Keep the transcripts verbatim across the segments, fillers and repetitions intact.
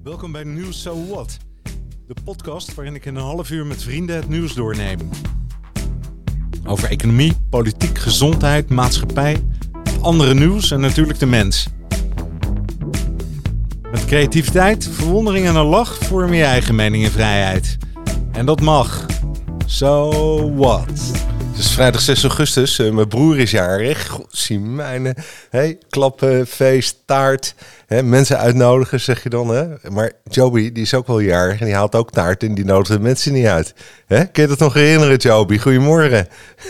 Welkom bij Nieuws So What, de podcast waarin ik in een half uur met vrienden het nieuws doorneem. Over economie, politiek, gezondheid, maatschappij, andere nieuws en natuurlijk de mens. Met creativiteit, verwondering en een lach vorm je eigen mening en vrijheid. En dat mag. So what? Het is vrijdag zes augustus, uh, mijn broer is jarig. Godzijmijne. Hey, klappen, feest, taart. Hè, mensen uitnodigen, zeg je dan. Hè? Maar Joby, die is ook wel jarig en die haalt ook taart en die nodigt de mensen niet uit. Hè? Kun je dat nog herinneren, Joby? Goedemorgen.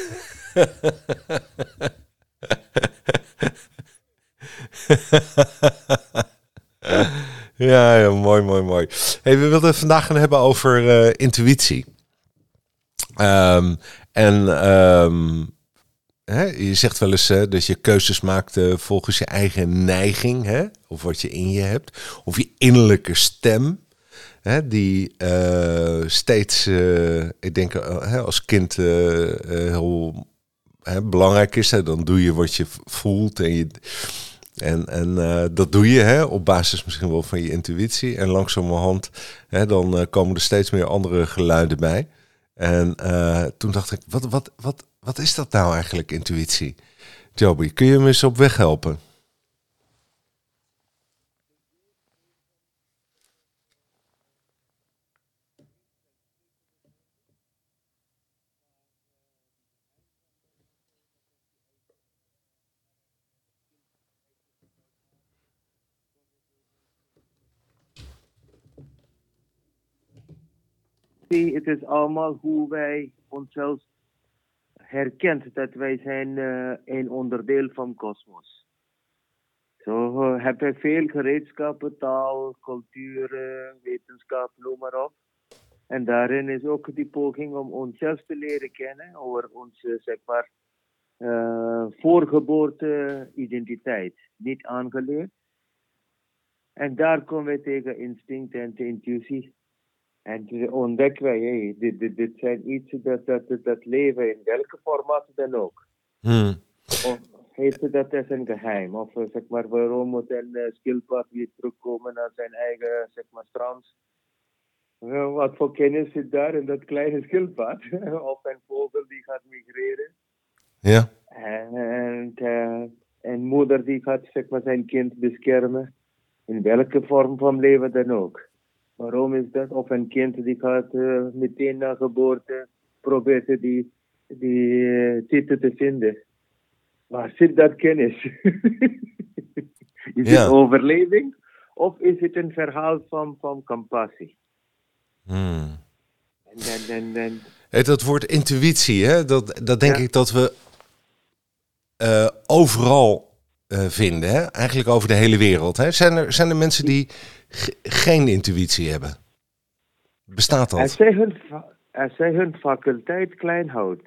ja, ja, mooi, mooi, mooi. Hey, we wilden het vandaag gaan hebben over uh, intuïtie. Um, en um, hè, je zegt wel eens hè, dat je keuzes maakt uh, volgens je eigen neiging, hè, of wat je in je hebt, of je innerlijke stem, hè, die uh, steeds, uh, ik denk uh, hè, als kind uh, uh, heel hè, belangrijk is. Hè, dan doe je wat je voelt en je... En, en uh, dat doe je hè, op basis misschien wel van je intuïtie. En langzamerhand hè, dan uh, komen er steeds meer andere geluiden bij. En uh, toen dacht ik, wat, wat, wat, wat is dat nou eigenlijk, intuïtie? Joby, kun je me eens op weg helpen? Het is allemaal hoe wij onszelf herkent dat wij zijn uh, een onderdeel van kosmos. Zo uh, heb je veel gereedschappen, taal, cultuur, uh, wetenschap, noem maar op. En daarin is ook die poging om onszelf te leren kennen over onze, zeg maar, uh, voorgeboorte identiteit, niet aangeleerd. En daar komen we tegen instinct en intuïtie. En toen ontdekken wij, hey, dit, dit, dit zijn iets dat, dat, dat leven in welke formaat dan ook. Hmm. Of heeft dat als een geheim? Of zeg maar, waarom moet een uh, schildpad weer terugkomen naar zijn eigen, zeg maar, strand? Uh, wat voor kennis zit daar in dat kleine schildpad? Of een vogel die gaat migreren? Ja. En uh, een moeder die gaat, zeg maar, zijn kind beschermen. In welke vorm van leven dan ook. Waarom is dat? Of een kind die gaat uh, meteen na geboorte proberen die, die uh, titel te vinden. Waar zit dat kennis? Is Ja. het overleving? Of is het een verhaal van, van compassie? Hmm. En dan, dan, dan, Hey, dat woord intuïtie, hè, dat, dat denk Ja. ik dat we uh, overal uh, vinden. Hè? Eigenlijk over de hele wereld. Hè? Zijn er, zijn er mensen die g- geen intuïtie hebben? Bestaat als, dat? zij hun, fa- als zij hun faculteit klein houdt.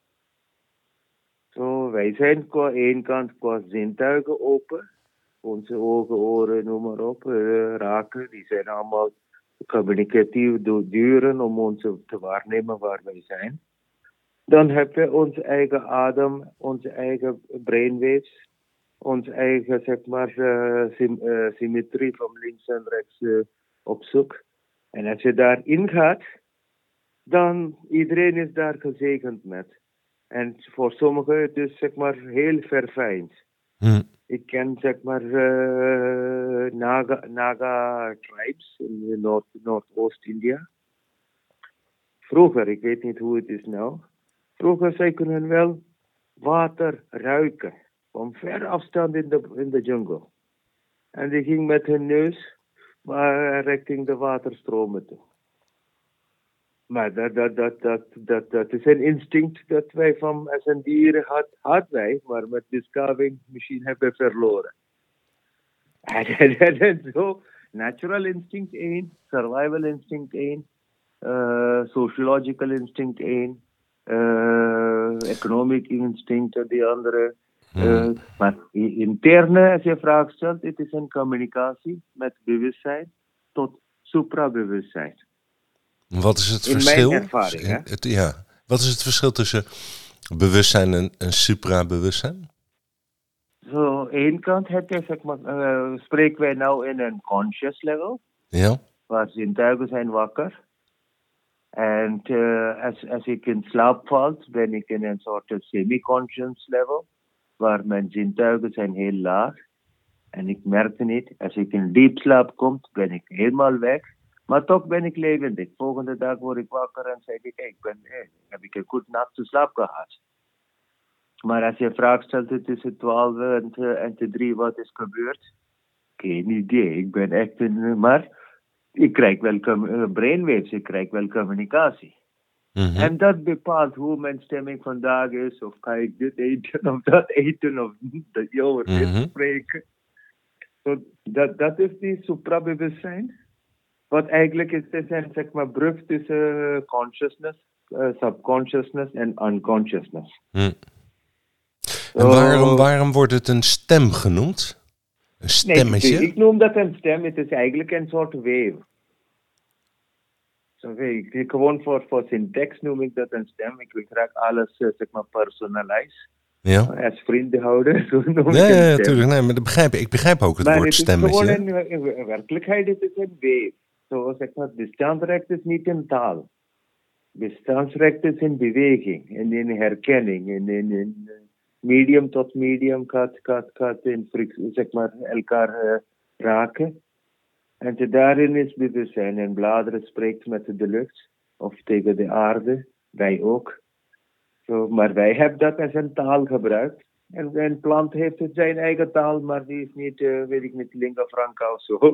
Zo, wij zijn aan één kant qua zintuigen open. Onze ogen, oren, noem maar op, uh, raken. Die zijn allemaal communicatief duren om ons te waarnemen waar wij zijn. Dan hebben we onze eigen adem, onze eigen brainwaves, onze eigen, zeg maar, uh, sim- uh, symmetrie van links en rechts uh, op zoek. En als je daarin gaat, dan iedereen is daar gezegend met. En voor sommigen het is, zeg maar, heel verfijnd. Hmm. Ik ken, zeg maar, uh, Naga, Naga tribes in Noord, Noordoost-India. Vroeger, ik weet niet hoe het is nou. Vroeger, zij kunnen wel water ruiken. Van ver afstand in de, in de jungle. En die ging met hun neus maar richting de waterstromen toe. Maar dat, dat, dat, dat, dat, dat is een instinct dat wij van als een dieren had, had wij, maar met beschaving misschien hebben verloren. En zo, natural instinct één, survival instinct één, uh, sociological instinct één, uh, economic instinct die andere. Uh, Hmm. maar interne, als je vraag stelt, het is een communicatie met bewustzijn tot suprabewustzijn. Wat is het In verschil? mijn ervaring, hè? Het, ja. Wat is het verschil tussen bewustzijn en, en suprabewustzijn? Zo, één kant heb je, zeg maar, uh, spreken wij nou in een conscious level. Ja. Waar zintuigen zijn wakker. En uh, als, als ik in slaap val, ben ik in een soort semi-conscious level. Waar mijn zintuigen zijn heel laag. En ik merk het niet. Als ik in diepslaap kom, ben ik helemaal weg. Maar toch ben ik levendig. Volgende dag word ik wakker en zeg ik, hey, ik ben, hey, heb ik een goed nacht slaap gehad. Maar als je vraag stelt tussen twaalf en, en drie wat is gebeurd, geen idee. Ik ben echt een, maar ik krijg wel com- brainwaves, ik krijg wel communicatie. Mm-hmm. En dat bepaalt hoe mijn stemming vandaag is, of ga ik dit eten of dat eten, of dat je over dit mm-hmm. spreken. So, dat, dat is die suprabewustzijn. Wat eigenlijk is, is een zeg maar, brug tussen consciousness, uh, subconsciousness en unconsciousness. Mm. En waarom, waarom wordt het een stem genoemd? Een stemmetje? Nee, ik, ik noem dat een stem. Het is eigenlijk een soort wave. So, ik, gewoon voor, voor syntax noem ik dat een stem. Ik wil graag alles zeg maar personalize. Ja. Als vrienden houden. Zo noem nee, ik ja, natuurlijk. Nee, maar dat begrijp ik. Ik begrijp ook het maar woord het stemmetje. Maar in, in, in werkelijkheid is het een wave. Zo zeg maar, bestaansrecht is niet in taal. Bestaansrecht is in beweging. En in herkenning. En in, in medium tot medium gaat, gaat, gaat in zeg maar, elkaar uh, raken. En daarin is bewustzijn. En bladeren spreekt met de lucht. Of tegen de aarde. Wij ook. So, maar wij hebben dat als een taal gebruikt. En een plant heeft het zijn eigen taal, maar die is niet, uh, weet ik niet, lingua franca of zo.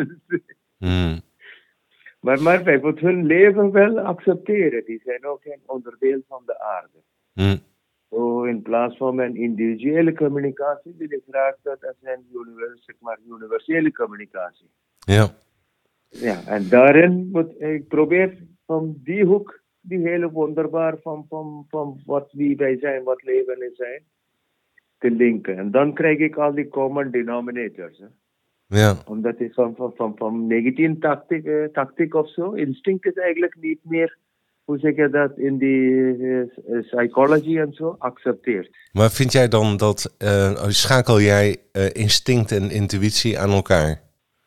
mm. Maar, maar wij moeten hun leven wel accepteren. Die zijn ook een onderdeel van de aarde. Mm. So, in plaats van een individuele communicatie wil ik graag dat als een univers, zeg maar, universele communicatie. Ja. Ja, en daarin moet ik probeer van die hoek die hele wonderbaar van, van, van wat wie wij zijn, wat leven is zijn, te linken. En dan krijg ik al die common denominators. Hè. Ja. Omdat het van, van, van, van negentien tactiek, uh, tactiek of zo, instinct is eigenlijk niet meer, hoe zeg je dat, in die uh, psychology en zo, accepteert. Maar vind jij dan dat, uh, schakel jij uh, instinct en intuïtie aan elkaar?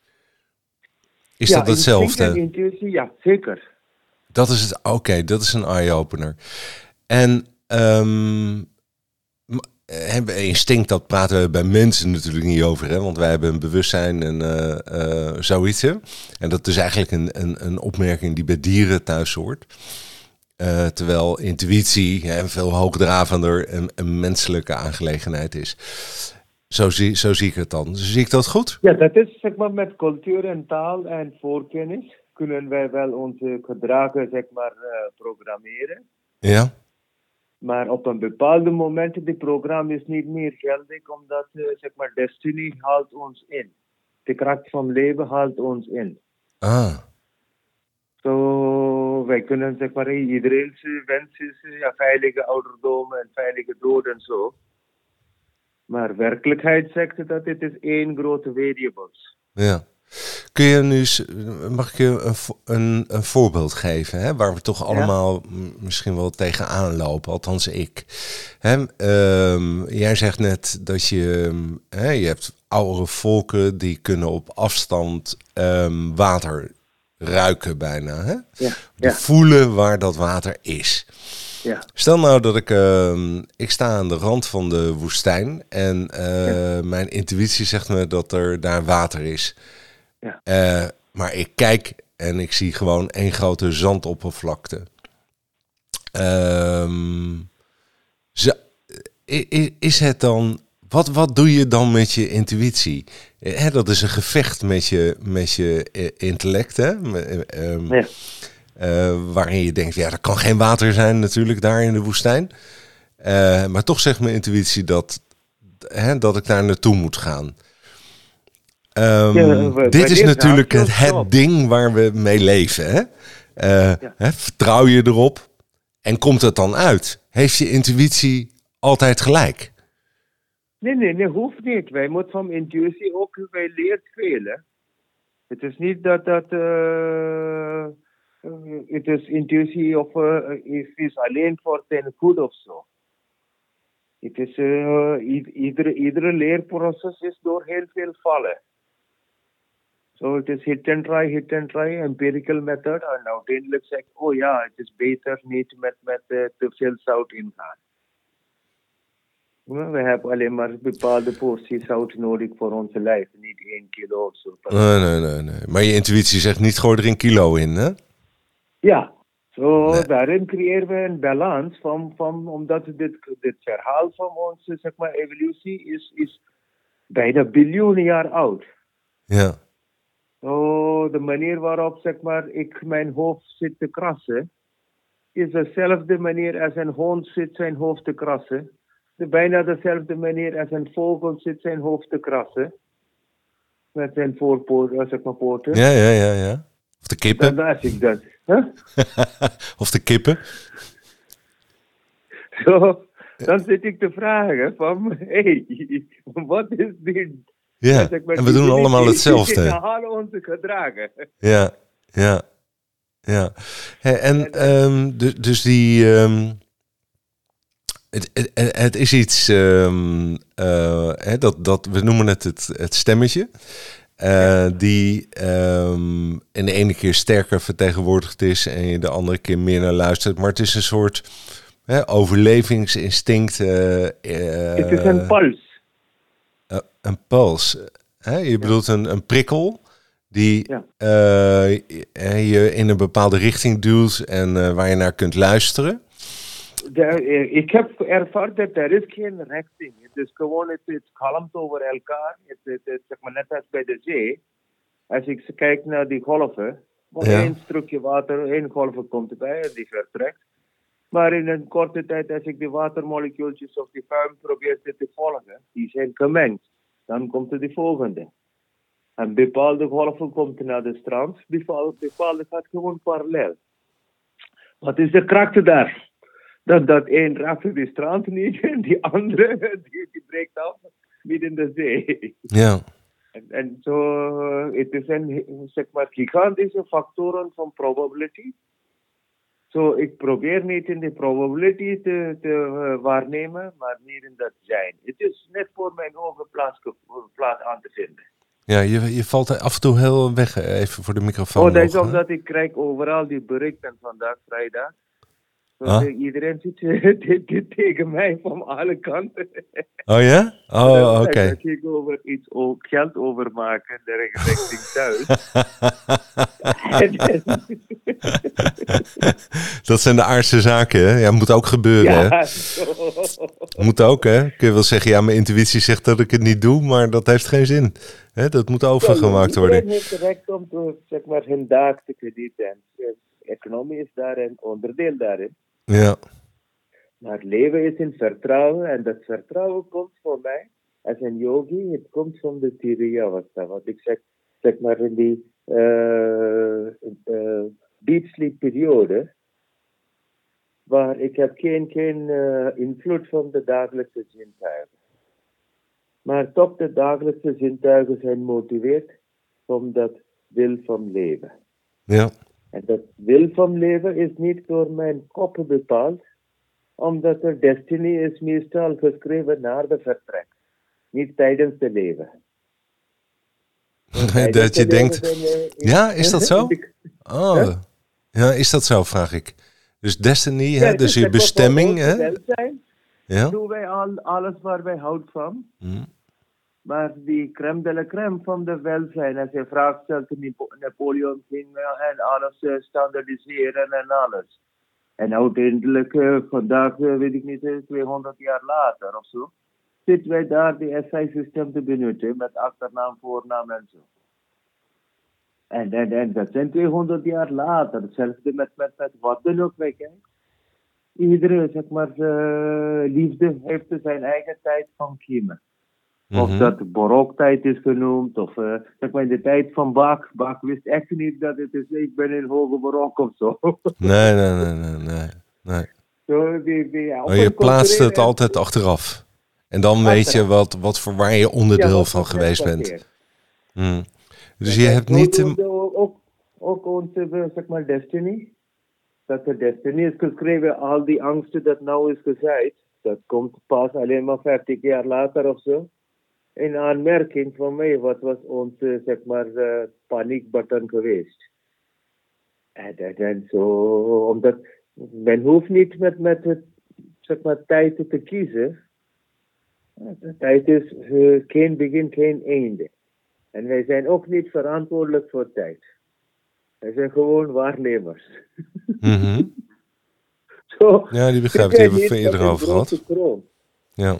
Is ja, dat hetzelfde? Instinct en intuïtie, ja, zeker. Dat is het, oké, okay, dat is een eye-opener. En um, hebben instinct, dat praten we bij mensen natuurlijk niet over, hè? Want wij hebben een bewustzijn en uh, uh, zoiets. Hè? En dat is eigenlijk een, een, een opmerking die bij dieren thuis hoort. Uh, terwijl intuïtie hè, veel hoogdravender een, een menselijke aangelegenheid is. Zo zie, zo zie ik het dan. Zie ik dat goed? Ja, dat is zeg maar met cultuur en taal en voorkennis kunnen wij wel onze gedragen zeg maar uh, programmeren. Ja. Maar op een bepaald moment, het programma is niet meer geldig, omdat uh, zeg maar destiny haalt ons in. De kracht van leven haalt ons in. Ah. Zo, so, wij kunnen zeg maar, iedereen's wens is ja, veilige ouderdom en veilige dood en zo. Maar werkelijkheid zegt dat het is één grote variable. Ja. Kun je nu, mag ik je een, een, een voorbeeld geven, hè, waar we toch allemaal ja. misschien wel tegenaan lopen, althans ik. Hè, um, jij zegt net dat je, hè, je hebt oudere volken die kunnen op afstand um, water ruiken bijna. Hè? Ja. Ja. Voelen waar dat water is. Ja. Stel nou dat ik, uh, ik sta aan de rand van de woestijn en uh, ja. mijn intuïtie zegt me dat er daar water is. Ja. Uh, maar ik kijk en ik zie gewoon één grote zandoppervlakte. Um, z- is het dan, wat, wat doe je dan met je intuïtie? Hè, dat is een gevecht met je, met je intellect, hè? Um, ja. Uh, waarin je denkt, ja, er kan geen water zijn natuurlijk daar in de woestijn. Uh, maar toch zegt mijn intuïtie dat, hè, dat ik daar naartoe moet gaan. Um, ja, we, dit is natuurlijk het, het ding waar we mee leven. Hè? Uh, ja. hè, vertrouw je erop en komt het dan uit? Heeft je intuïtie altijd gelijk? Nee, nee, nee, hoeft niet. Wij moeten van intuïtie ook, wij leert veel. Hè? Het is niet dat dat... Uh... Het is intuïtie of uh, is, is alleen voor ten goed of zo. Het is uh, iedere, iedere leerproces is door heel veel vallen. So it is hit and try, hit and try, empirical method. En uiteindelijk zeg ik, oh ja, het is beter niet met, met uh, te veel zout ingaan. Ja, we hebben alleen maar een bepaalde portie zout nodig voor onze lijf, niet één kilo of zo. Nee, nee, nee, nee. Maar je intuïtie zegt niet gooi er een kilo in, hè? Ja, zo Nee. daarin creëren we een balans van, van omdat dit, dit verhaal van onze zeg maar, evolutie is, is bijna biljoenen jaar oud. Ja. Zo de manier waarop zeg maar, ik mijn hoofd zit te krassen, is dezelfde manier als een hond zit zijn hoofd te krassen. De, bijna dezelfde manier als een vogel zit zijn hoofd te krassen. Met zijn voorpoten, zeg maar poten. Ja, ja, ja, ja. Of de kippen. Dan als ik dat. Huh? Of de kippen. Zo, dan zit ik te vragen van, hé, hey, wat is dit? Ja, zeg maar, en we doen allemaal hetzelfde. We halen onze gedragen. Ja, ja, ja. Hé, en um, dus, dus die... Um, het, het, het is iets... Um, uh, hè, dat, dat, we noemen het het, het stemmetje. Uh, die um, in de ene keer sterker vertegenwoordigd is en je de andere keer meer naar luistert. Maar het is een soort hè, overlevingsinstinct. Uh, uh, het is een puls. Uh, een puls. Hè? Je bedoelt een, een prikkel die ja. uh, je in een bepaalde richting duwt en uh, waar je naar kunt luisteren. De, ik heb ervaren dat er is geen richting. Het is gewoon, het, het galmt over elkaar. Het, het, het, zeg maar net als bij de zee. Als ik kijk naar die golven, maar ja. één stukje water, één golf komt erbij en die vertrekt. Maar in een korte tijd, als ik die watermolecuultjes of die vuim probeer te volgen, die zijn gemengd. Dan komt er de volgende. En bepaalde golven komt naar de strand, bepaalde, bepaalde gaat gewoon parallel. Wat is de kracht daar? Dat, dat één raakt de strand niet en die andere die, die breekt af midden in de zee. Ja. En, en zo, het is een zeg maar, gigantische factoren van probability. Zo, so, ik probeer niet in de probability te, te uh, waarnemen, maar meer in dat zijn. Het is net voor mijn ogen plaats, plaats aan te vinden. Ja, je, je valt af en toe heel weg, even voor de microfoon. Oh, dat is nog, omdat hè? Ik krijg overal die berichten vandaag, vrijdag. So, ah? Iedereen zit tegen mij van alle kanten. Oh ja? Oh, oké. Okay. Dat ik over iets ook geld overmaken, de richting thuis. Dat zijn de aardse zaken, hè? Ja, moet ook gebeuren, ja, hè? Moet ook, hè? Kun je wel zeggen, ja, mijn intuïtie zegt dat ik het niet doe, maar dat heeft geen zin. Hè? Dat moet overgemaakt worden. Iedereen heeft recht om te, zeg maar, hun daad te kredieten. Economie is daar een onderdeel daarin. Ja. Maar het leven is in vertrouwen en dat vertrouwen komt voor mij als een yogi, het komt van de Tiriyavastha. Wat ik zeg, zeg maar in die uh, uh, deep sleep periode, waar ik heb geen, geen uh, invloed van de dagelijkse zintuigen. Maar toch de dagelijkse zintuigen zijn motiveerd om dat wil van leven. Ja. En dat wil van leven is niet door mijn kop bepaald, omdat de destiny is meestal geschreven naar de vertrek, niet tijdens het leven. Dat je denkt, je, ja, is dat zo? Oh, huh? Ja, is dat zo, vraag ik. Dus destiny, ja, hè? Dus je bestemming, hè? Welzijn, ja? doen wij al, alles waar wij houden van. Hmm. Maar die crème de la crème van de welzijn, als je vraagt stelt, Napoleon ging en alles standaardiseren en alles. En uiteindelijk, uh, vandaag, uh, weet ik niet, tweehonderd jaar later of zo, zitten wij daar die S I-systeem te benutten met achternaam, voornaam en zo. En, en, en dat zijn tweehonderd jaar later, hetzelfde met, met, met wat dan ook wij kijken. Iedere, zeg maar, uh, liefde heeft zijn eigen tijd van kiemen. Of mm-hmm. dat baroktijd is genoemd, of uh, zeg maar in de tijd van Bach. Bach wist echt niet dat het is, ik ben in hoge barok of zo. Nee, nee, nee, nee, nee. nee. Zo, die, die, ja, maar je plaatst het en... altijd achteraf. En dan Achteraf. weet je wat, wat voor waar je onderdeel ja, van geweest bent. Hmm. Dus en je hebt niet... Ook, ook, ook onze, zeg maar, destiny. Dat de destiny is geschreven, al die angsten dat nou is gezegd, dat komt pas alleen maar veertig jaar later of zo. een aanmerking van mij, wat was onze, zeg maar, uh, paniekbutton geweest. En, en, en zo, omdat men hoeft niet met, met het, zeg maar, tijd te kiezen. De tijd is uh, geen begin, geen einde. En wij zijn ook niet verantwoordelijk voor tijd. Wij zijn gewoon waarnemers. Mm-hmm. Zo, ja, die begrijp ik. Die hebben we van eerder over gehad. Kroon. Ja.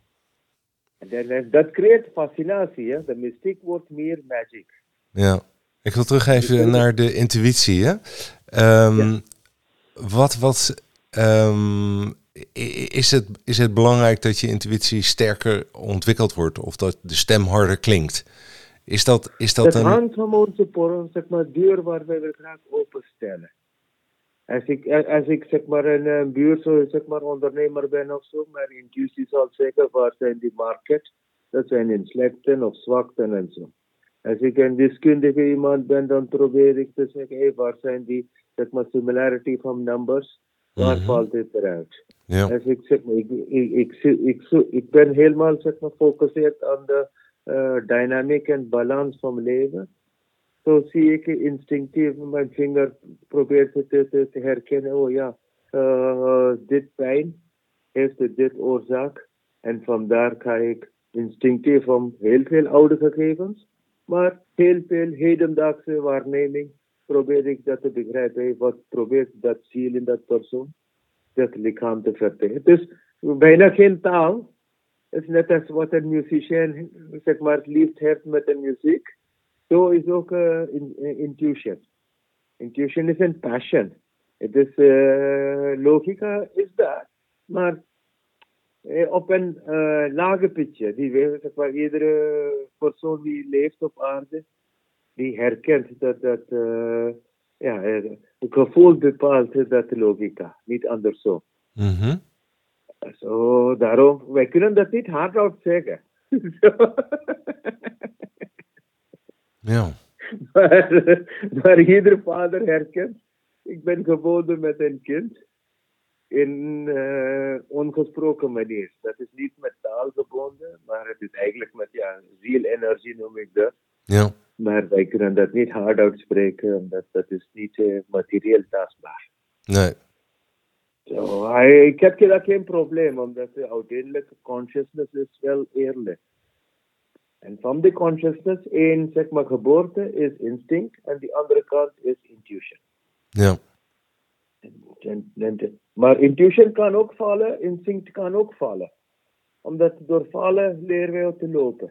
En dan, dat creëert fascinatie. Hè? De mystiek wordt meer magic. Ja. Ik wil terug even naar de intuïtie. Hè? Um, ja. Wat, wat um, is, het, is het belangrijk dat je intuïtie sterker ontwikkeld wordt? Of dat de stem harder klinkt? Is dat, is dat, dat een... hangt van onze poren, zeg maar, deur waar wij graag openstellen. Als ik, als ik zeg maar een, een buurt, zo, zeg maar ondernemer ben of zo, maar intuïtie zal zeggen waar zijn die market, dat zijn in slechten of zwakten en zo. Als ik een deskundige iemand ben, dan probeer ik te zeggen, hey, waar zijn die, zeg maar, similarity van numbers, waar mm-hmm. valt dit eruit? Ja. Als ik zeg maar, ik, ik, ik, ik, ik, ik ben helemaal, zeg maar, gefocust aan de uh, dynamic en balans van leven. Zo zie ik instinctief mijn vinger probeert te, te, te herkennen. Oh ja, uh, dit pijn heeft dit oorzaak. En vandaar ga ik instinctief van heel veel oude gegevens, maar heel veel hedendaagse waarneming probeer ik dat te begrijpen. Wat probeert dat ziel in dat persoon, dat lichaam te vertellen. Dus bijna geen taal. Het is net als wat een musician, zeg maar, liefd heeft met de muziek. Zo is ook uh, in, uh, intuition. Intuition is een passion. Het is uh, logica is dat, maar uh, op een uh, lage pitje. Die weet, zeg maar, iedere persoon die leeft op aarde, die herkent dat dat uh, ja, het gevoel bepaalt dat logica, niet andersom. Mm-hmm. Zo, daarom, wij kunnen dat niet hardop zeggen. Ja. Maar, maar ieder vader herkent, ik ben geboren met een kind in uh, ongesproken manier. Dat is niet met taal gebonden, maar het is eigenlijk met ja, zielenergie noem ik dat. Ja. Maar wij kunnen dat niet hard uitspreken, omdat dat is niet uh, materieel tastbaar. Nee. So, I, ik heb daar geen probleem, omdat uh, uiteindelijk consciousness is wel eerlijk. En van de consciousness, één, zeg maar, geboorte is instinct en de andere kant is intuition. Ja. En, en, maar intuition kan ook vallen, instinct kan ook vallen. Omdat door vallen leren we te lopen.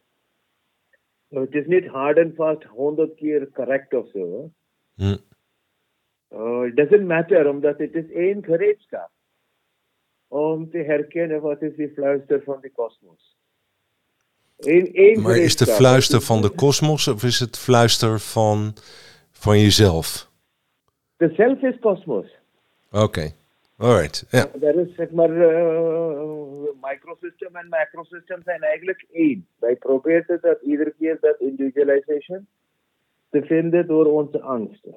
So, het is niet hard en vast honderd keer correct of zo. Hm. Uh, it doesn't matter, omdat het is één gereedschap. Om te herkennen wat is die fluister van de kosmos. Eén, één maar is de fluister van de kosmos of is het fluister van, van jezelf? De zelf is kosmos. Oké, okay. Alright. Ja. Dat is zeg maar, uh, microsystem en macrosystem zijn eigenlijk één. Wij proberen dat iedere keer dat individualization te vinden door onze angsten.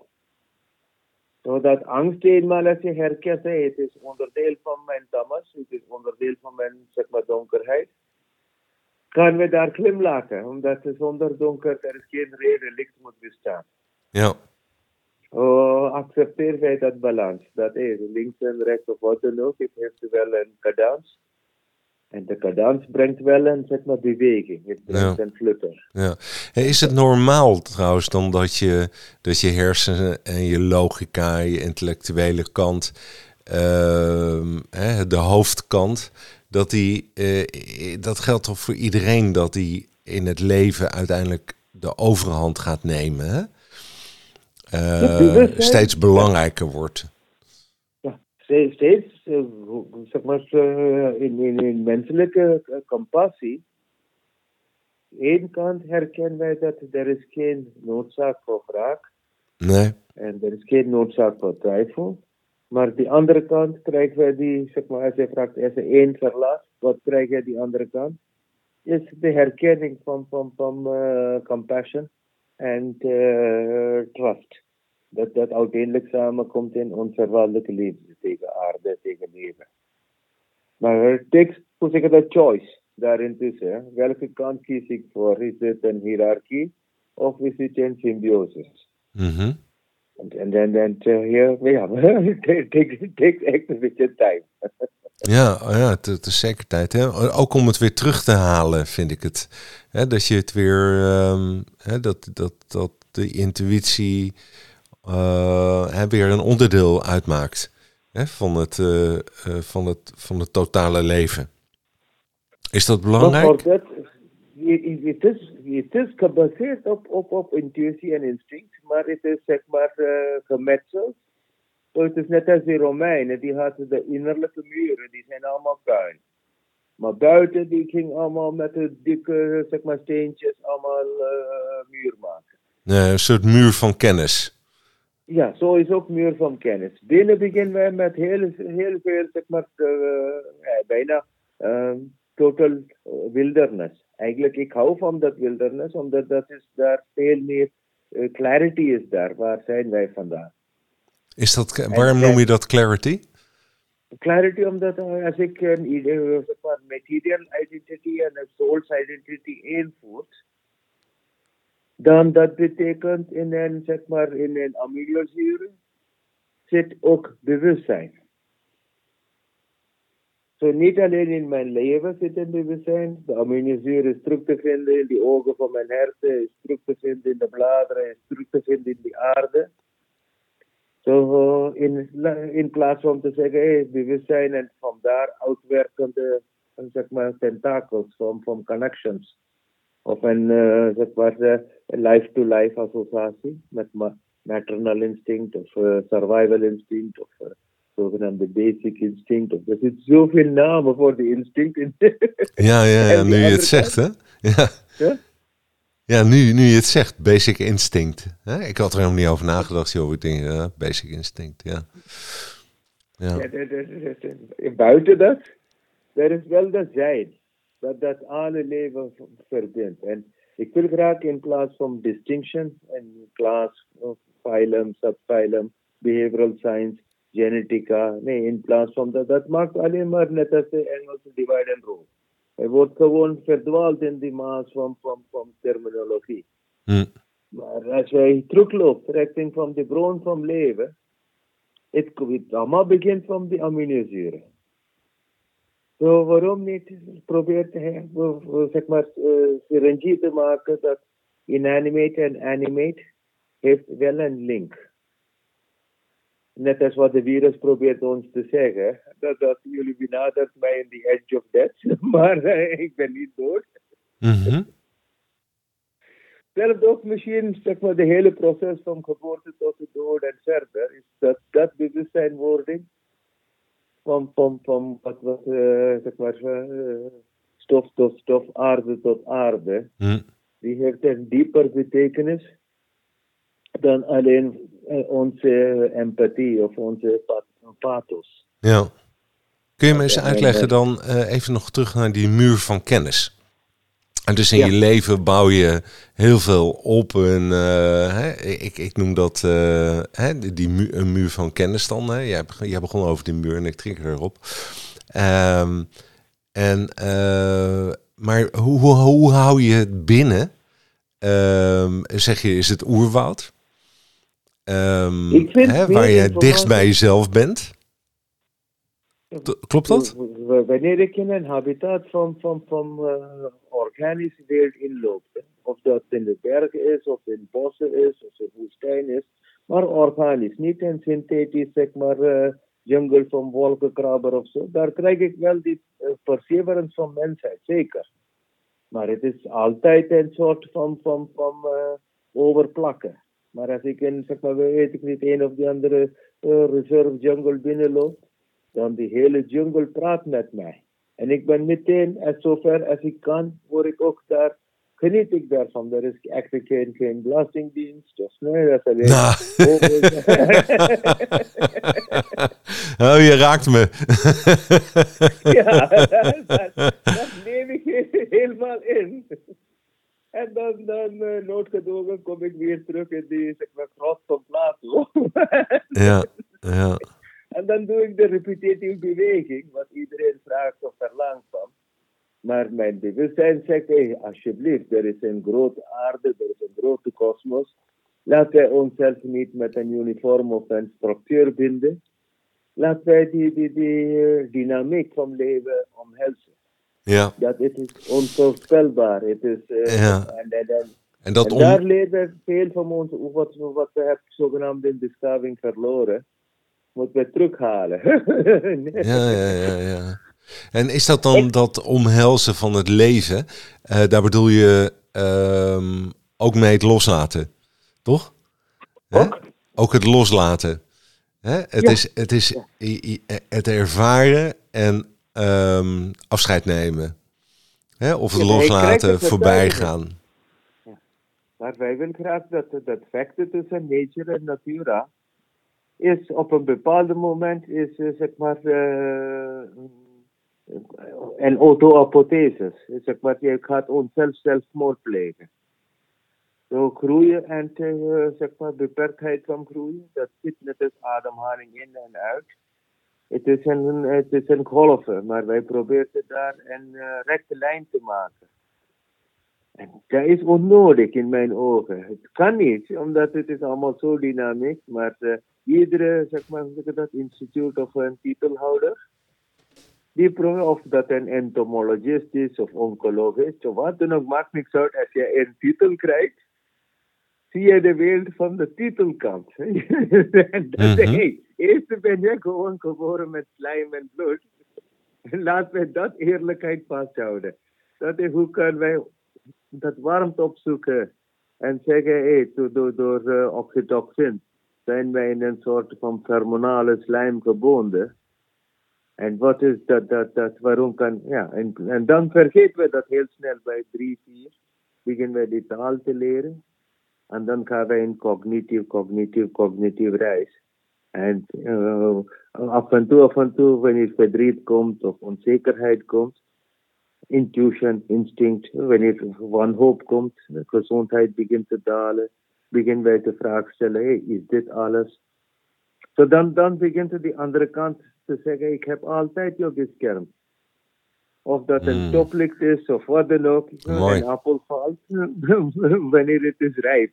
Zodat angst eenmaal als je herkent, hey, het is onderdeel van mijn tamas, het is onderdeel van mijn, zeg maar, donkerheid. Kan we daar glimlachen, omdat zonder donker er is geen reden licht moet bestaan. Ja. Oh, accepteer wij dat balans. Dat is links en rechts of wat dan ook. Het heeft wel een cadans. En de cadans brengt wel een, zeg maar, beweging. Het brengt ja. een flutter. Ja. Hey, is het normaal trouwens dan dat je, dat je hersenen en je logica, je intellectuele kant, uh, hè, de hoofdkant, dat die, uh, dat geldt toch voor iedereen dat die in het leven uiteindelijk de overhand gaat nemen, hè? Uh, steeds belangrijker wordt. Ja, steeds, steeds uh, zeg maar, uh, in, in, in menselijke uh, compassie. Aan de ene kant herkennen wij dat er is geen noodzaak voor wraak. Nee. En er is geen noodzaak voor twijfel. Maar die andere kant krijgen wij die, zeg maar, als je vraagt, als je één verlaat, wat krijg je die andere kant? Is de herkenning van, van, van uh, compassion en uh, trust. Dat dat uiteindelijk samenkomt in onverwaardelijke liefde tegen aarde, tegen leven. Maar het takes, hoe zeg je dat, choice. daarintussen. Welke kant kies ik voor? Is het een hiërarchie of is het een symbiosis? Mm-hmm. En dan, dan, ja, it takes, it takes echt een beetje tijd. Ja, ja, het, het is zeker tijd. Hè? Ook om het weer terug te halen, vind ik het. Hè, dat je het weer, um, hè, dat, dat, dat de intuïtie uh, hè, weer een onderdeel uitmaakt, hè, van, het, uh, uh, van, het, van het totale leven. Is dat belangrijk? Dat, het, is, het is gebaseerd op, op, op intuïtie en instinct, maar het is zeg maar uh, gemetseld. So, het is net als die Romeinen, die hadden de innerlijke muren, die zijn allemaal puin. Maar buiten, die ging allemaal met de dikke, zeg maar, steentjes allemaal uh, muur maken. Nee, een soort muur van kennis. Ja, zo is ook muur van kennis. Binnen beginnen wij met heel, heel veel, zeg maar, uh, ja, bijna uh, total uh, wilderness. Eigenlijk, ik hou van dat wilderness, omdat dat is daar veel meer uh, clarity is daar. Waar zijn wij vandaan? Is dat, waarom noem je dat clarity? Clarity, omdat als ik een idee, zeg maar, material identity en een soul's identity invoert, dan dat betekent in een, zeg maar, in een aminozuur zit ook bewustzijn. Zo so, niet alleen in mijn leven zit een bewustzijn, de aminozuur is terug te vinden in de ogen van mijn hersen, is terug te vinden in de bladeren, is terug te vinden in de aarde. So, in, in plaats van te zeggen, hey, bewustzijn en van daar uitwerkende, zeg maar, tentakels van, van connections. Of een, uh, zeg maar, uh, life-to-life associatie met ma- maternal instinct of uh, survival instinct of uh, zogenaamde basic instinct. Of, er zitten zoveel namen voor de instinct in. Ja, ja, ja nu je het zegt, hè? Ja. Huh? Ja, nu, nu je het zegt, basic instinct. Hè? Ik had er helemaal niet over nagedacht, joh. Ik denk, ja, basic instinct, ja. ja. ja de, de, de, de, buiten dat, er is wel dat zijn. Dat dat alle leven verbindt. En ik wil graag in plaats van distinction, in plaats van phylum, subphylum, behavioral science, genetica, nee, in plaats van dat, dat maakt alleen maar net als de Engelse divide and rule. Hij wordt gewoon verdwaald in die maas van, van, van terminologie. Hm. Maar als wij teruglopen richting van de bron van leven, het, het allemaal begint van de aminozuren. So, waarom niet probeert hij, zeg maar, synergie te maken dat inanimate en animate heeft wel een link. Net als wat de virus probeert ons te zeggen, dat, dat jullie benadert mij in the edge of death, maar uh, ik ben niet dood. Mm-hmm. Zelfs ook misschien, zeg maar, de hele proces van geboorte tot de dood en verder, is dat, dat bewustzijnwording van, van, van wat, wat uh, zeg maar, uh, stof tot stof, aarde tot aarde, Mm. die heeft een dieper betekenis dan alleen uh, onze empathie of onze pathos. Ja. Kun je me eens uitleggen dan uh, even nog terug naar die muur van kennis? En dus in ja. je leven bouw je heel veel op. En, uh, hè, ik, ik noem dat uh, hè, die mu- een muur van kennis dan. Hè. Jij, jij begon over die muur en ik trigger erop. Um, en, uh, maar hoe, hoe, hoe hou je het binnen? Um, zeg je, is het oerwoud? Um, hè, waar je dichtst bij jezelf bent? Klopt dat? Wanneer ik in een habitat van, van, van uh, organische wereld inloop, of dat in de bergen is, of in bossen is, of in woestijn is, maar organisch, niet een synthetisch, zeg maar, uh, jungle van wolkenkrabber of zo, daar krijg ik wel die uh, perseverance van mensheid, zeker. Maar het is altijd een soort van, van, van uh, overplakken. Maar als ik in, zeg maar, weet ik niet, een of die andere uh, reserve jungle binnenloop, dan die hele jungle praat met mij. En ik ben meteen, en zover als ik kan, word ik ook daar, geniet ik daarvan. Er is eigenlijk geen, geen belastingdienst, of nee, dat is alleen... Nou. Oh, je raakt me. Ja, dat, dat, dat neem ik helemaal in. En dan, dan uh, noodgedwongen kom ik weer terug in die, zeg maar, grot van Plato. Ja, ja. En dan doe ik de repetitieve beweging, wat iedereen vraagt of verlangt van. Maar mijn bewustzijn zegt, hey, alsjeblieft, er is een grote aarde, er is een grote kosmos. Laten wij onszelf niet met een uniform of een structuur binden. Laten wij die, die, die uh, dynamiek van leven omhelzen. Ja. Dat het is onvoorspelbaar. Het is, uh, Ja. en, en, en, En dat en om... daar leren we veel van ons, wat, wat we hebben zogenaamd in beschaving verloren. Moeten we terughalen. Ja, ja, ja, ja. En is dat dan dat omhelzen van het leven? Uh, daar bedoel je um, ook mee het loslaten, toch? Ook? Hè? Ook het loslaten. Hè? Het, Ja. is, het is het ervaren en um, afscheid nemen. Hè? Of het Ja, loslaten, het voorbij gaan. Ja. Maar wij willen graag dat dat vechten tussen nature en natura is op een bepaald moment is zeg maar uh, een auto-apothesis. Zeg maar, je gaat onszelf zelfmoord plegen. Zo groeien en uh, zeg maar beperktheid van groeien, dat zit net als ademhaling in en uit. Het is een, het is een golven, maar wij proberen daar een uh, rechte lijn te maken. En dat is onnodig in mijn ogen. Het kan niet, omdat het is allemaal zo dynamisch, maar uh, iedere, zeg maar, dat instituut of een titelhouder, die pro- of dat een entomologist is of oncologist of wat dan ook, maakt niks uit. Als je een titel krijgt, zie je de wereld van de titelkant. En dat mm-hmm. hey, eerst ben je gewoon geboren met slijm en bloed. Laten we dat eerlijkheid vasthouden. Dat is hoe kunnen wij dat warmte opzoeken en zeggen, hey, door, door uh, oxytocin zijn wij in een soort van hormonale slijm gebonden. En wat is dat, dat, dat, waarom kan, ja, en, en dan vergeten we dat heel snel bij drie, vier, beginnen wij die taal te leren. En dan gaan wij in cognitief, cognitief, cognitief reis. En uh, af en toe, af en toe, wanneer verdriet komt of onzekerheid komt, intuition, instinct, wanneer wanhoop komt, de gezondheid begint te dalen, beginnen wij de vraag stellen, hey, is dit alles? So dan, dan begint de andere kant te zeggen, ik heb altijd jou beschermd. Of dat een stoplicht is, of wat dan ook. Mooi. Een appel valt, wanneer het is rijp.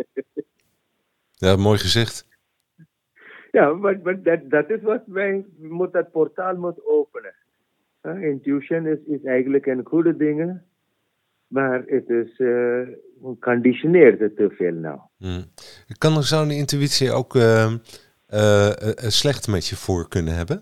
Ja, mooi gezegd. Ja, maar, maar dat, dat is wat wij, moet dat portaal moet openen. Uh, intuition is, is eigenlijk een goede ding, maar het is uh, conditioneerd te veel nou. Hmm. Kan er zo'n intuïtie ook uh, uh, uh, slecht met je voor kunnen hebben?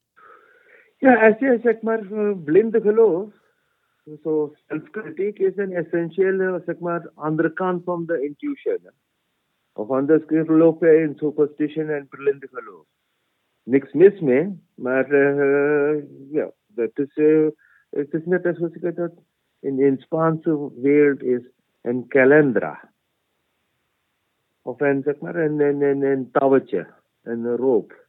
Ja, als je zeg maar blinde geloof, zo zelfkritiek is een essentiële zeg maar andere kant van de intuition. Of anders geloof je in superstition en blinde geloof. Niks mis mee, maar uh, ja, dat is, uh, het is net als ik dat in, in Spaanse wereld is een calendra. Of een, zeg maar, een, een, een, een touwtje, een roop.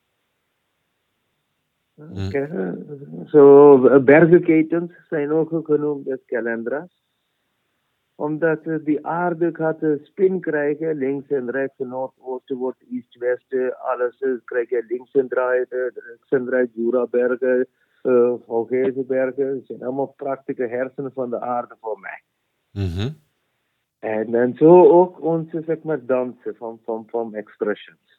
Okay. Zo, so, bergenketens zijn ook genoemd als calendra's. Omdat uh, die aarde gaat uh, spin krijgen, links en rechts, noordoosten wordt east-west, alles uh, krijg je links en draai, uh, rechts en draai, Jura-bergen, uh, Vogezenbergen. Het zijn allemaal prachtige hersenen van de aarde voor mij. Mm-hmm. En, en zo ook onze, zeg maar, dansen van, van, van expressions.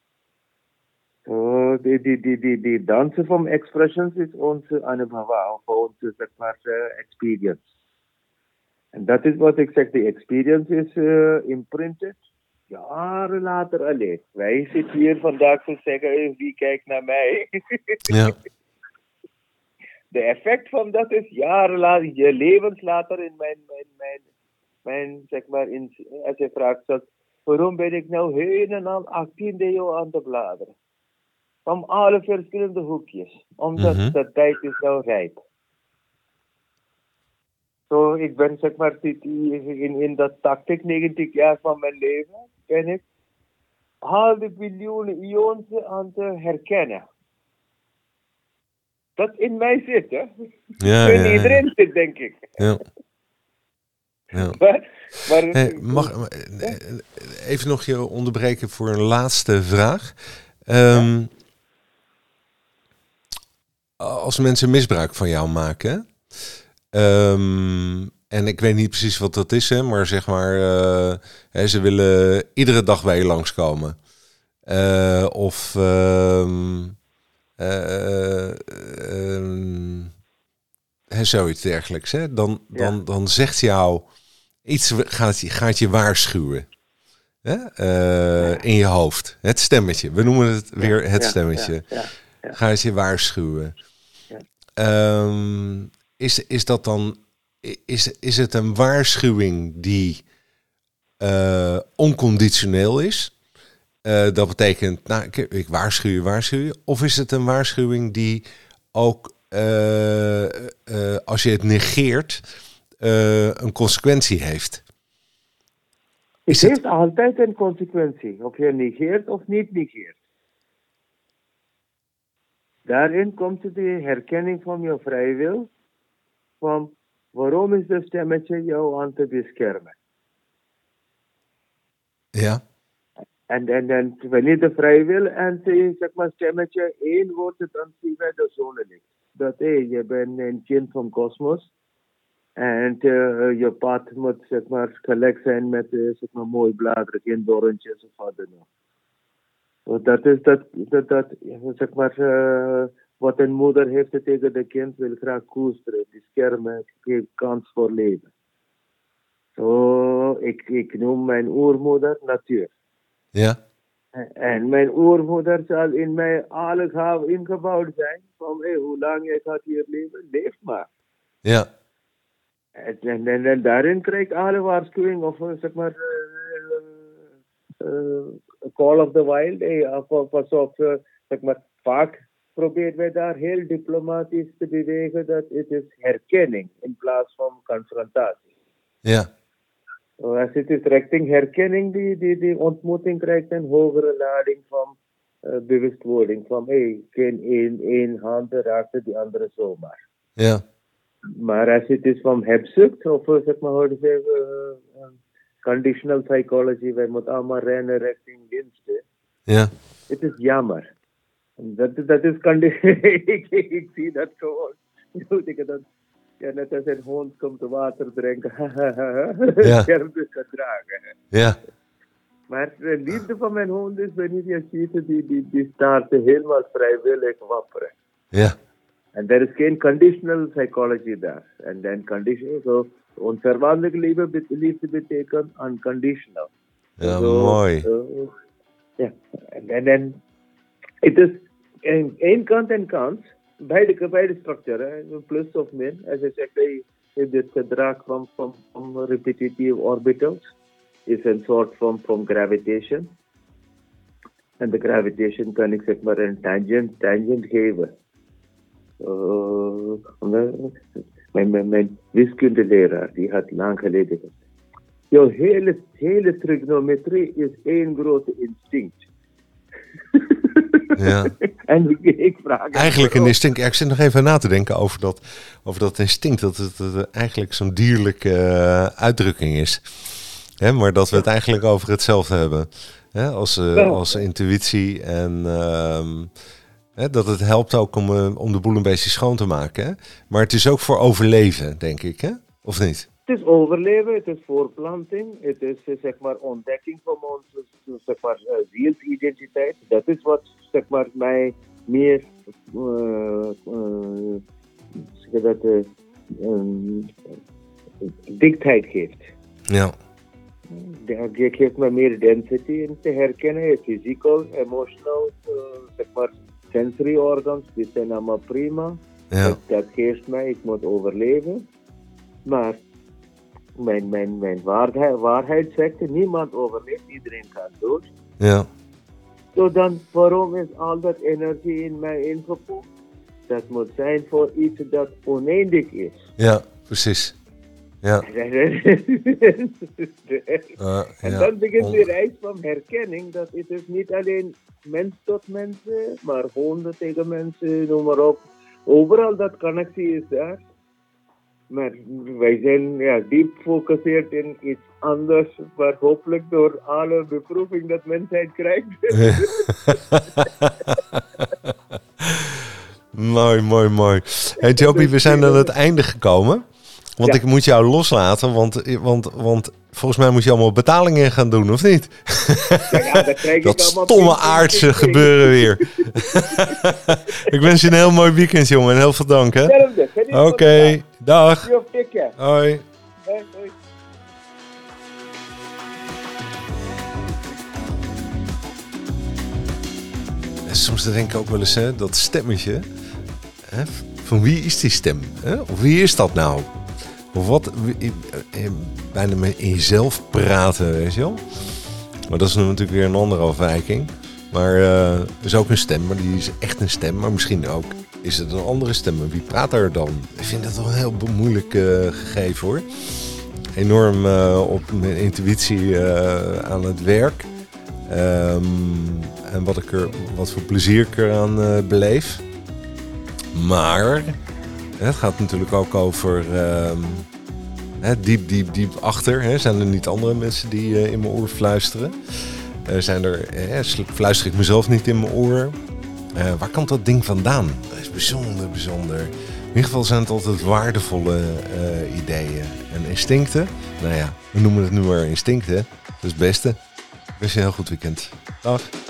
So, die, die, die, die, die dansen van expressions is onze anubhava, of onze, zeg maar, uh, experience. En dat is wat ik zeg, de experience is uh, imprinted. Jaren later alleen. Wij zitten hier vandaag te zeggen, hey, wie kijkt naar mij? Ja. De effect van dat is jaren later, je levens later in mijn, mijn, mijn, mijn zeg maar, in, als je vraagt, dat, waarom ben ik nou helemaal achttiende eeuw aan te bladeren? Om alle verschillende hoekjes. Omdat mm-hmm. de tijd is nou rijp. Zo, ik ben zeg maar in, in dat tachtig, negentig jaar van mijn leven, ben ik al die biljoenen ions aan te herkennen. Dat in mij zit, hè? Ja, in ja, iedereen ja. zit, denk ik. Ja. Ja. Maar, maar, hey, mag even nog je onderbreken voor een laatste vraag. Um, ja? Als mensen misbruik van jou maken, Um, en ik weet niet precies wat dat is, hè, maar zeg maar, uh, hè, ze willen iedere dag bij je langskomen. Uh, of um, uh, um, hè, zoiets dergelijks. Hè. Dan, dan, ja. dan zegt jou iets, gaat, gaat je waarschuwen. Hè? Uh, ja. In je hoofd. Het stemmetje. We noemen het weer ja, het ja, stemmetje. Ja, ja, ja. Gaat je waarschuwen. Ja. Um, is, is dat dan... Is, is het een waarschuwing die uh, onconditioneel is? Uh, dat betekent, nou, ik, ik waarschuw je, waarschuw je. Of is het een waarschuwing die ook, uh, uh, als je het negeert, uh, een consequentie heeft? Het heeft het... altijd een consequentie. Of je negeert of niet negeert. Daarin komt de herkenning van je vrije wil. Van waarom is dat stemmetje jou aan te beschermen? Ja. En, en, en wanneer de vrije wil en zeg maar stemmetje één wordt het dan zie bij de zonnelicht. Dat hé, je bent een kind van kosmos. En uh, je pad moet zeg maar gelijk zijn met uh, zeg maar mooi bladeren, geen dorentjes of wat dan ook. So, dat is dat, dat, dat zeg maar, uh, wat een moeder heeft tegen de kind, wil graag koesteren, beschermen, geeft kans voor leven. Zo, so, ik, ik noem mijn oermoeder natuur. Ja. En mijn oermoeder zal in mij alles ingebouwd zijn, van hey, hoe lang je gaat hier leven, leef maar. Ja. En, en, en, en daarin krijg ik alle waarschuwing of zeg maar uh, uh, Call of the Wild. Hey, pas op, uh, zeg maar, vaak proberen wij daar heel diplomatisch te bewegen dat het is herkenning in plaats van confrontatie. Ja. So, als het is richting herkenning, die, die, die ontmoeting krijgt een hogere lading van uh, bewustwording. Van hey, geen één, één hand raakte die andere zomaar. Ja. Maar als het is van hebzucht, of zeg maar, hoe zeggen, uh, uh, conditional psychology, wij moeten allemaal rennen richting winsten. Ja. Het is jammer. Dat, dat is conditional. ik, ik zie dat gewoon. dat, ja, net als een hond komt water drinken. Ja. Scherpe gedragen. Ja. Maar de liefde van mijn hond is, wanneer je ziet, die, die, die staat helemaal vrijwillig wapperen. Ja. And there is geen conditional psychology there. And then conditional, so onverwaardelijke liefde, liefde betekent unconditional. Ja, so, mooi. So, ja, en dan, het is aan één kant en kant, beide, beide structuren, plus of min, als je zegt, hey, dit gedrag van, van, van repetitive orbitals is een soort van, van gravitation. En de gravitation kan ik zeg maar een tangent, tangent geven. Uh, mijn, mijn, mijn wiskundeleraar, die had lang geleden gezegd, jouw hele, hele trigonometrie is één grote instinct. Ja. En ik, ik vraag eigenlijk een instinct. Ja, ik zit nog even na te denken over dat, over dat instinct, dat het, dat het eigenlijk zo'n dierlijke uh, uitdrukking is. Hè, maar dat we het eigenlijk over hetzelfde hebben. Hè, als, uh, als intuïtie en... Uh, He, dat het helpt ook om, uh, om de boel een beetje schoon te maken. Hè? Maar het is ook voor overleven, denk ik, hè? Of niet? Het is overleven, het is voorplanting, het is zeg maar ontdekking van onze zeg maar, uh, zielsidentiteit. Dat is wat zeg maar, mij meer uh, uh, zeg dat, uh, um, dichtheid geeft. Ja. Dat geeft me meer density in te herkennen, physical, emotional, uh, zeg maar. Sensory organs, die zijn allemaal prima. Ja. Dat, dat geeft mij, ik moet overleven. Maar mijn, mijn, mijn waarheid, waarheid zegt, niemand overleeft, iedereen gaat dood. Ja. So dan, waarom is al dat energie in mij ingepompt? Dat moet zijn voor iets dat oneindig is. Ja, precies. Ja. uh, en ja. dan begint de reis van herkenning, dat het is niet alleen mens tot mensen, maar honden tegen mensen, noem maar op. Overal dat connectie is daar. Maar wij zijn ja, diep gefocust in iets anders, maar hopelijk door alle beproeving dat mensheid krijgt. Mooi, mooi, mooi. Hey Jopie, we zijn aan het einde gekomen. Want Ja. ik moet jou loslaten, want, want, want volgens mij moet je allemaal betalingen gaan doen, of niet? Ja, ja, dan krijg ik Dat allemaal stomme ping, ping, aardse ping, ping. gebeuren weer. Ik wens je een heel mooi weekend, jongen. En heel veel dank, hè? Hetzelfde. Geniet van Oké, de dag. dag. Yo, take care. Hoi. Hoi, hoi. En soms denk ik ook wel eens, hè, dat stemmetje. Hè, van wie is die stem? Hè? Of wie is dat nou? Of wat? wie- eh, Bijna met in jezelf praten, weet je wel? Maar dat is natuurlijk weer een andere afwijking. Maar eh is ook een stem, maar die is echt een stem. Maar misschien ook is het een andere stem. En wie praat er dan? Ik vind dat wel een heel moeilijk eh, gegeven, hoor. Enorm eh, op mijn intuïtie eh, aan het werk. Ehm, en wat, ik er, wat voor plezier ik eraan eh, beleef. Maar het gaat natuurlijk ook over ehm, hè, diep, diep, diep achter. Hè, zijn er niet andere mensen die eh, in mijn oor fluisteren? Eh, zijn er, eh, fluister ik mezelf niet in mijn oor? Eh, waar komt dat ding vandaan? Dat is bijzonder, bijzonder. In ieder geval zijn het altijd waardevolle eh, ideeën en instincten. Nou ja, we noemen het nu maar instincten. Dat is het beste. Ik wens je een heel goed weekend. Dag.